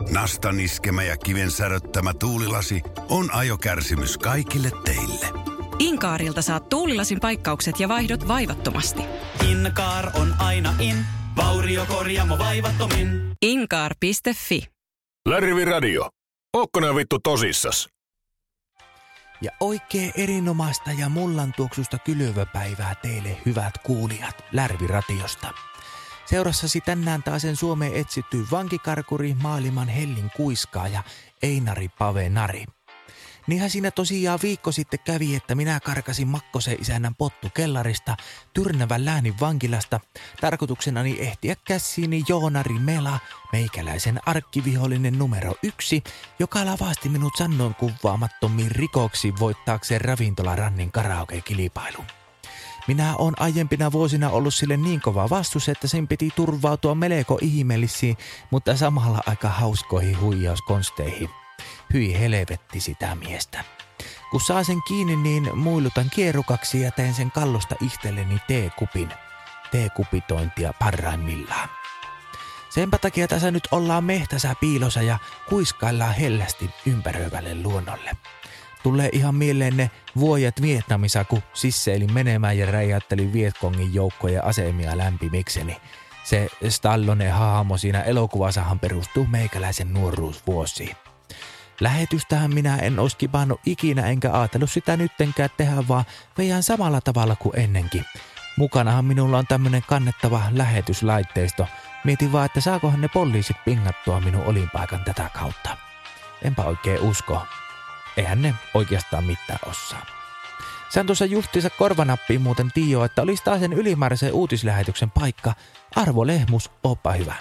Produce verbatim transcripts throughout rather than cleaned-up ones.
Nastan iskemä ja kiven säröttämä tuulilasi on ajokärsimys kaikille teille. Inkaarilta saat tuulilasin paikkaukset ja vaihdot vaivattomasti. Inkaar on aina in, vauriokorjaamo vaivattomin. Inkaar piste fi. Lärvi Radio. Ootko nää vittu tosissas? Ja oikein erinomaista ja mullantuoksusta kylvöpäivää teille, hyvät kuulijat, Lärvi-radiosta. Seurassasi tänään taasen Suomeen etsitty vankikarkuri, maailman hellin kuiskaaja Einari Pave Nari. Niinhän siinä tosiaan viikko sitten kävi, että minä karkasin Makkosen isännän pottukellarista Tyrnävän läänin vankilasta. Tarkoituksenani ehtiä käsiini Joonari Mela, meikäläisen arkkivihollinen numero yksi, joka lavasti minut sannoin kuvaamattomiin rikoksiin voittaakseen ravintolarannin karaoke-kilpailun. Minä oon aiempina vuosina ollut sille niin kova vastus, että sen piti turvautua melko ihmeellisiin, mutta samalla aika hauskoihin huijauskonsteihin. Hyi helvetti sitä miestä. Kun saa sen kiinni, niin muilutan kierukaksi ja teen sen kallosta itselleni teekupin. Teekupitointia parhaimmillaan. Senpä takia tässä nyt ollaan mehtässä piilossa ja kuiskaillaan hellästi ympäröivälle luonnolle. Tulee ihan mieleen ne vuodet Vietnamissa, kun sisseilin menemään ja räjäyttelin Vietkongin joukkojen asemia lämpimikseni. Se Stallonen hahmo siinä elokuvassahan perustuu meikäläisen nuoruusvuosiin. Lähetystähän minä en olisi kipannut ikinä enkä ajatellut sitä nyttenkään tehdä, vaan veijän samalla tavalla kuin ennenkin. Mukanahan minulla on tämmönen kannettava lähetyslaitteisto. Mietin vaan, että saakohan ne poliisit pingattua minun olinpaikan tätä kautta. Enpä oikein usko. Eihän ne oikeastaan mitään osaa. Sain tuossa justiinsa korvanappiin muuten tiio, että olisi taas sen ylimääräisen uutislähetyksen paikka. Arvo Lehmus, oppa hyvä.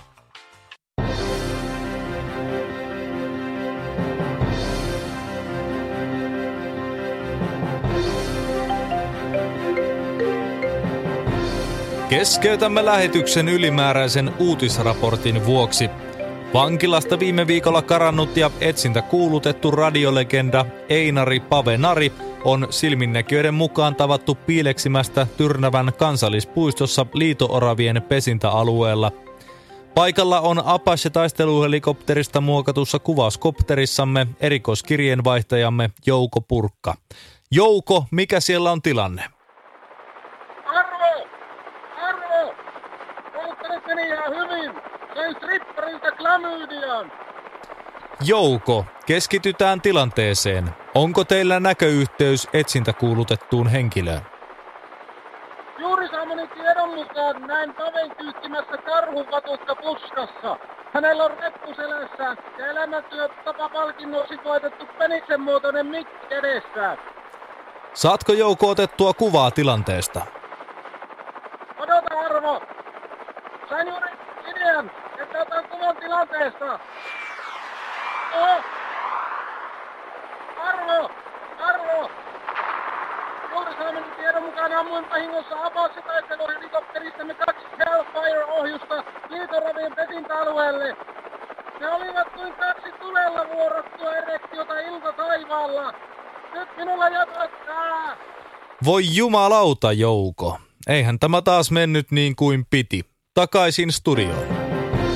Keskeytämme lähetyksen ylimääräisen uutisraportin vuoksi. Vankilasta viime viikolla karannut ja etsintä kuulutettu radiolegenda Einari Pave Nari on silminnäkijöiden mukaan tavattu piileksimästä Tyrnävän kansallispuistossa liito-oravien pesintäalueella. Paikalla on Apache-taisteluhelikopterista muokatussa kuvauskopterissamme erikoiskirjeenvaihtajamme Jouko Purkka. Jouko, mikä siellä on tilanne? Arvo! Arvo! Kuuntelet meni ihan hyvin! Sain stripparilta klamydian! Jouko, keskitytään tilanteeseen. Onko teillä näköyhteys etsintäkuulutettuun henkilöön? Juuri saamani tiedon mukaan näin Paven kyyhtimässä karhunvatukka puskassa. Hänellä on reppu selässään ja elämäntyötapapalkinnoksi koetettu peniksen muotoinen mikki edessään. Saatko Jouko otettua kuvaa tilanteesta? Odota Arvo! Sain juuri idean, että otan kuvan tilanteesta. Oh! Arvo! Arvo! Juuri saamani tiedon mukaan ammuin vahingossa Apache-taisteluhelikopteristamme kaksi Hellfire-ohjusta liito-oravien pesintäalueelle. Ne olivat kuin kaksi tulella vuorottua erektiota ilta taivaalla. Nyt minulla jatottaa! Voi jumalauta, Jouko. Eihän tämä taas mennyt niin kuin piti. Takaisin studioon.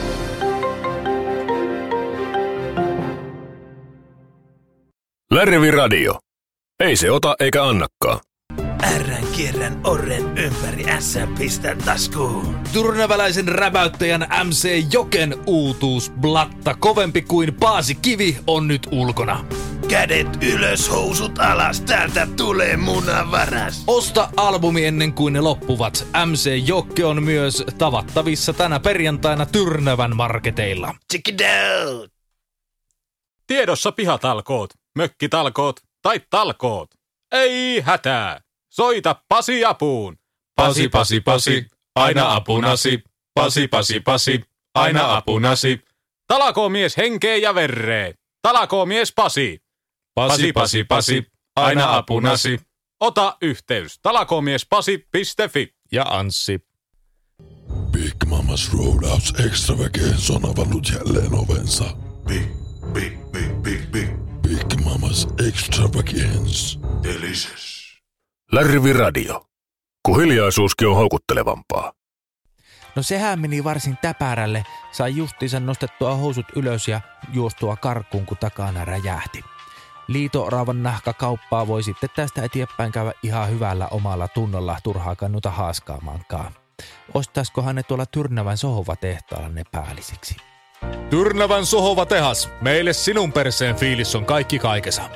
Lärvi Radio. Ei se ota eikä annakaan. Ärrän kierrän orren ympäri ässän pistän taskuun. Tyrnäväläisen räväyttäjän M C Joken uutuusblatta kovempi kuin Paasi Kivi on nyt ulkona. Kädet ylös, housut alas, täältä tulee munavaras. Osta albumi ennen kuin ne loppuvat. M C Jokke on myös tavattavissa tänä perjantaina Tyrnävän marketeilla. Check it out! Tiedossa pihatalkoot, mökkitalkoot tai talkoot. Ei hätää! Soita Pasi apuun! Pasi, Pasi, Pasi, aina apunasi. Pasi, Pasi, Pasi, aina apunasi. Talakoomies henkeen ja verreen. Talakoomies Pasi. Pasi, Pasi, Pasi, aina apunasi. Ota yhteys talakomiespasi piste fi. Ja Anssi. Big Mamas Roadhouse Extravaganza on avannut jälleen ovensa. Big, big, big, big, big. Big Mamas Extravaganza. Delicious. Lärvi Radio. Kun hiljaisuuskin on houkuttelevampaa. No sehän meni varsin täpärälle, sai justiinsa nostettua housut ylös ja juostua karkuun, kun takana räjähti. Liito-oravan nahkakauppaa voi sitten tästä eteenpäin käydä ihan hyvällä omalla tunnolla, turhaa kannuta haaskaamaankaan. Ostaisikohan ne tuolla Tyrnävän sohovatehtaalla ne päällisiksi? Tyrnävän sohovatehas, meille sinun perseen fiilis on kaikki kaikessa.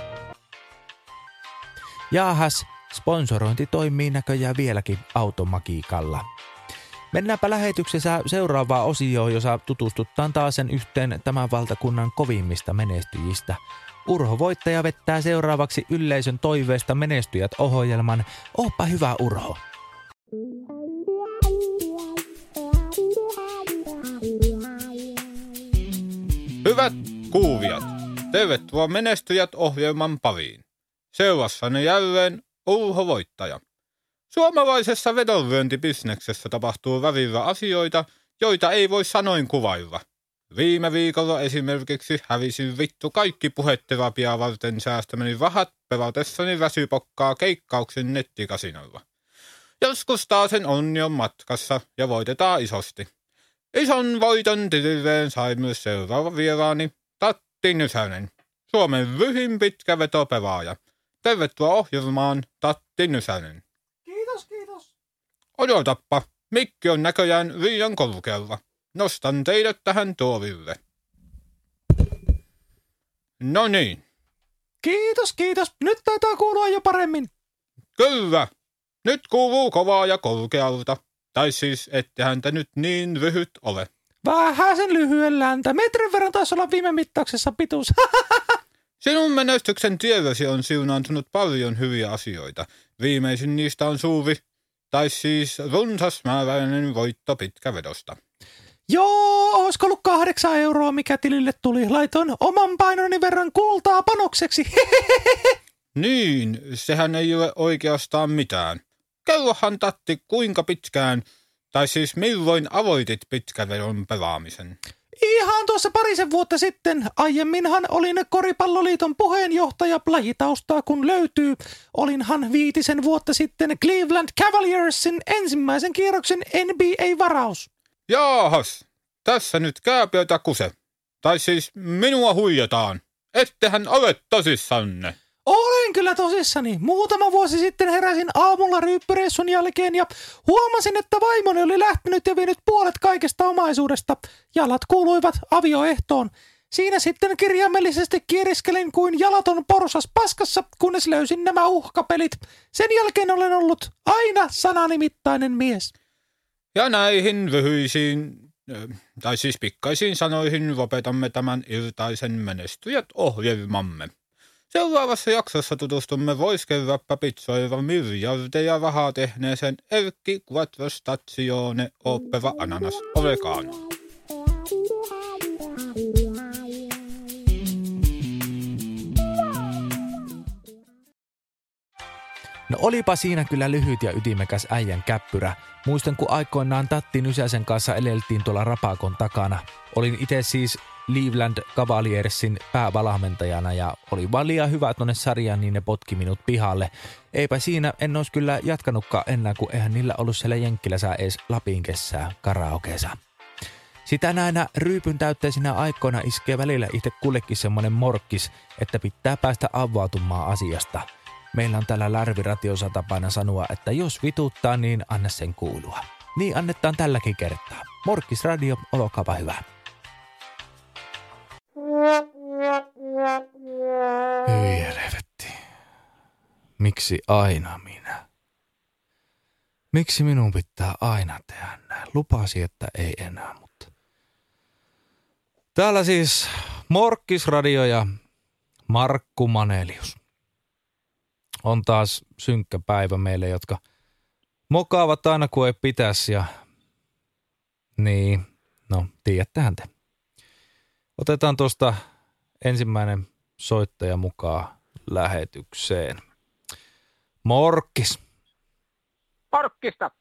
Jaahas, sponsorointi toimii näköjään vieläkin automagiikalla. Mennäänpä lähetyksessä seuraavaan osioon, jossa tutustuttaan taas sen yhteen tämän valtakunnan kovimmista menestyjistä. Urho Voittaja vettää seuraavaksi yleisön toiveesta menestyjät ohjelman. Ooppa hyvä, Urho. Hyvät kuulijat, tervetuloa menestyjät ohjelman pariin. Seurassanne jälleen Urho Voittaja. Suomalaisessa vedonlyöntibisneksessä tapahtuu välillä asioita, joita ei voi sanoin kuvailla. Viime viikolla esimerkiksi hävisin vittu kaikki puheterapiaa varten säästämäni rahat pelatessani väsypokkaa keikkauksen nettikasinolla. Joskus taasen onni on matkassa ja voitetaan isosti. Ison voiton tililleen sai myös seuraava vieraani, Tatti Nysänen, Suomen lyhin pitkä vetopelaaja. Tervetuloa ohjelmaan, Tatti Nysänen. Kiitos, kiitos. Odotappa, mikki on näköjään liian korkealla. Nostan teidät tähän tuolille. No niin. Kiitos, kiitos. Nyt taitaa kuulua jo paremmin. Kyllä. Nyt kuuluu kovaa ja korkealta. Tai siis, ettehän te nyt niin lyhyt ole. Vähän sen lyhyelläntä. Metrin verran taisi olla viime mittauksessa pituus. Sinun menestyksen tielläsi on siunaantunut paljon hyviä asioita. Viimeisin niistä on suuri, tai siis runsasmääräinen voitto pitkävedosta. Joo, olisiko ollut kahdeksan euroa, mikä tilille tuli. Laitoin oman painoni verran kultaa panokseksi. Niin, sehän ei ole oikeastaan mitään. Kerrohan, Tatti, kuinka pitkään, tai siis milloin aloitit pitkävedon pelaamisen? Ihan tuossa parisen vuotta sitten. Aiemminhan olin Koripalloliiton puheenjohtaja, lajitaustaa kun löytyy. Olinhan viitisen vuotta sitten Cleveland Cavaliersin ensimmäisen kierroksen N B A-varaus. Jaahas, tässä nyt kääpiötä kuse. Tai siis minua huijataan. Ettehän ole tosissanne. Olen kyllä tosissani. Muutama vuosi sitten heräsin aamulla ryyppyreissun jälkeen ja huomasin, että vaimoni oli lähtenyt ja vienyt puolet kaikesta omaisuudesta. Jalat kuuluivat avioehtoon. Siinä sitten kirjaimellisesti kieriskelin kuin jalaton porsas paskassa, kunnes löysin nämä uhkapelit. Sen jälkeen olen ollut aina sananimittainen mies. Ja näihin lyhyisiin, tai siis pikkaisiin sanoihin lopetamme tämän iltaisen menestyjät ohjelmamme. Seuraavassa jaksossa tutustumme voiskeräppäpitsoiva miljardeja rahaa tehneeseen Erkki Quattro Stazione Opera Ananas Oregano. No olipa siinä kyllä lyhyt ja ytimekäs äijän käppyrä. Muistan, kun aikoinaan Tatti Nysäsen kanssa eleltiin tuolla Rapakon takana. Olin itse siis Cleveland Cavaliersin päävalmentajana ja oli vaan liian hyvä tuonne sarjaan, niin ne potki minut pihalle. Eipä siinä, en olisi kyllä jatkanutkaan enää, kun eihän niillä ollut siellä Jenkkilässä edes Lapin kesää karaokeessa. Sitä näinä ryypyn täytteisinä aikoina iskee välillä itse kullekin semmoinen morkkis, että pitää päästä avautumaan asiasta. Meillä on täällä Lärviratiossa tapana sanoa, että jos vituttaa, niin anna sen kuulua. Niin annetaan tälläkin kertaa. Morkkis Radio, olkaapa hyvä. Hyi helvetti. Miksi aina minä? Miksi minun pitää aina tehdä näin? Lupasi, että ei enää, mutta... Täällä siis Morkkis Radio ja Markku Manelius. On taas synkkä päivä meille, jotka mokaavat aina kun ei pitäisi ja... Niin, no tiedättehän te. Otetaan tuosta ensimmäinen soittaja mukaan lähetykseen. Morkkis. Morkkista.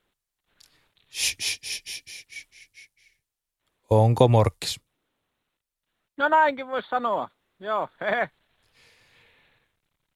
Onko morkkis? No näinkin voisi sanoa. Joo, hehe.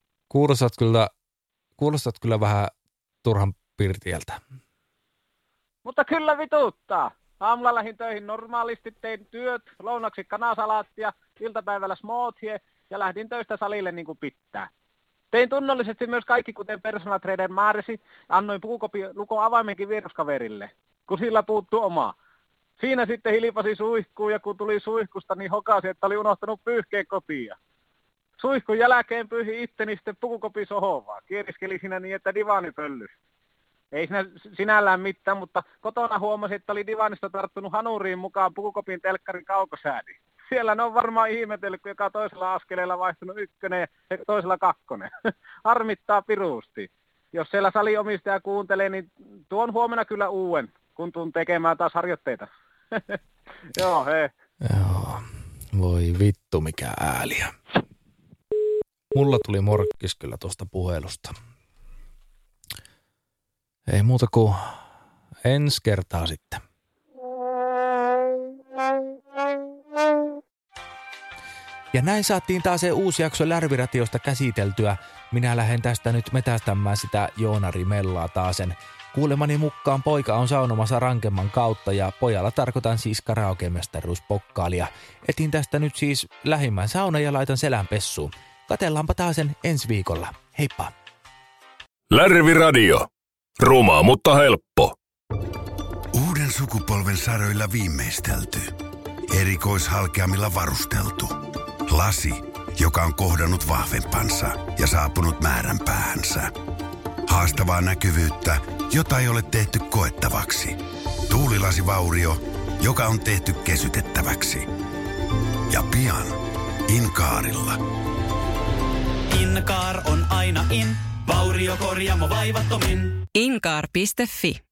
Kuulostat kyllä, kuulostat kyllä vähän turhan pirtieltä. Mutta kyllä vituttaa. Aamulla lähdin töihin normaalisti, tein työt, lounaksi kanasalaattia, iltapäivällä smoothie ja lähdin töistä salille niin kuin pitää. Tein tunnollisesti myös kaikki, kuten personal trainer määräsi, annoin puukopin lukon avaimenkin vieruskaverille, kun sillä puuttuu omaa. Siinä sitten hilpasi suihkuun ja kun tuli suihkusta, niin hokasi, että oli unohtanut pyyhkeen kotia. Suihkun jälkeen pyyhi itteni sitten pukukopin sohovaa. Kieriskeli siinä niin, että divaani pöllys. Ei siinä sinällään mitään, mutta kotona huomasi, että oli divaanista tarttunut hanuriin mukaan pukukopin telkkarin kaukosäädin. Siellä ne on varmaan ihmetellyt, kun joka toisella askeleella vaihtunut ykkönen ja toisella kakkonen. Harmittaa piruusti. Jos siellä salinomistaja kuuntelee, niin tuon huomenna kyllä uuden, kun tuun tekemään taas harjoitteita. Joo, hei. Joo, voi vittu mikä ääliä. Mulla tuli morkkis kyllä tuosta puhelusta. Ei muuta kuin ensi kertaa sitten. Ja näin saatiin taas se uusi jakso Lärviratiosta käsiteltyä. Minä lähden tästä nyt metästämään sitä Joonari Mellaa taasen. Kuulemani mukaan poika on saunomassa rankemman kautta ja pojalla tarkoitan siis karaoke-mestaruuspokkaalia. Etin tästä nyt siis lähimmän sauna ja laitan selän pessuun. Katellaanpa taasen ensi viikolla. Heippa! Lärviradio. Ruma, mutta helppo. Uuden sukupolven saroilla viimeistelty. Erikoishalkeamilla varusteltu. Lasi, joka on kohdannut vahvempansa ja saapunut määränpäänsä. Haastavaa näkyvyyttä, jota ei ole tehty koettavaksi. Tuulilasivaurio, joka on tehty kesytettäväksi. Ja pian Inkaarilla. Inkaar on aina in, vauriokorjaamo vaivattomin. Inkaar piste fi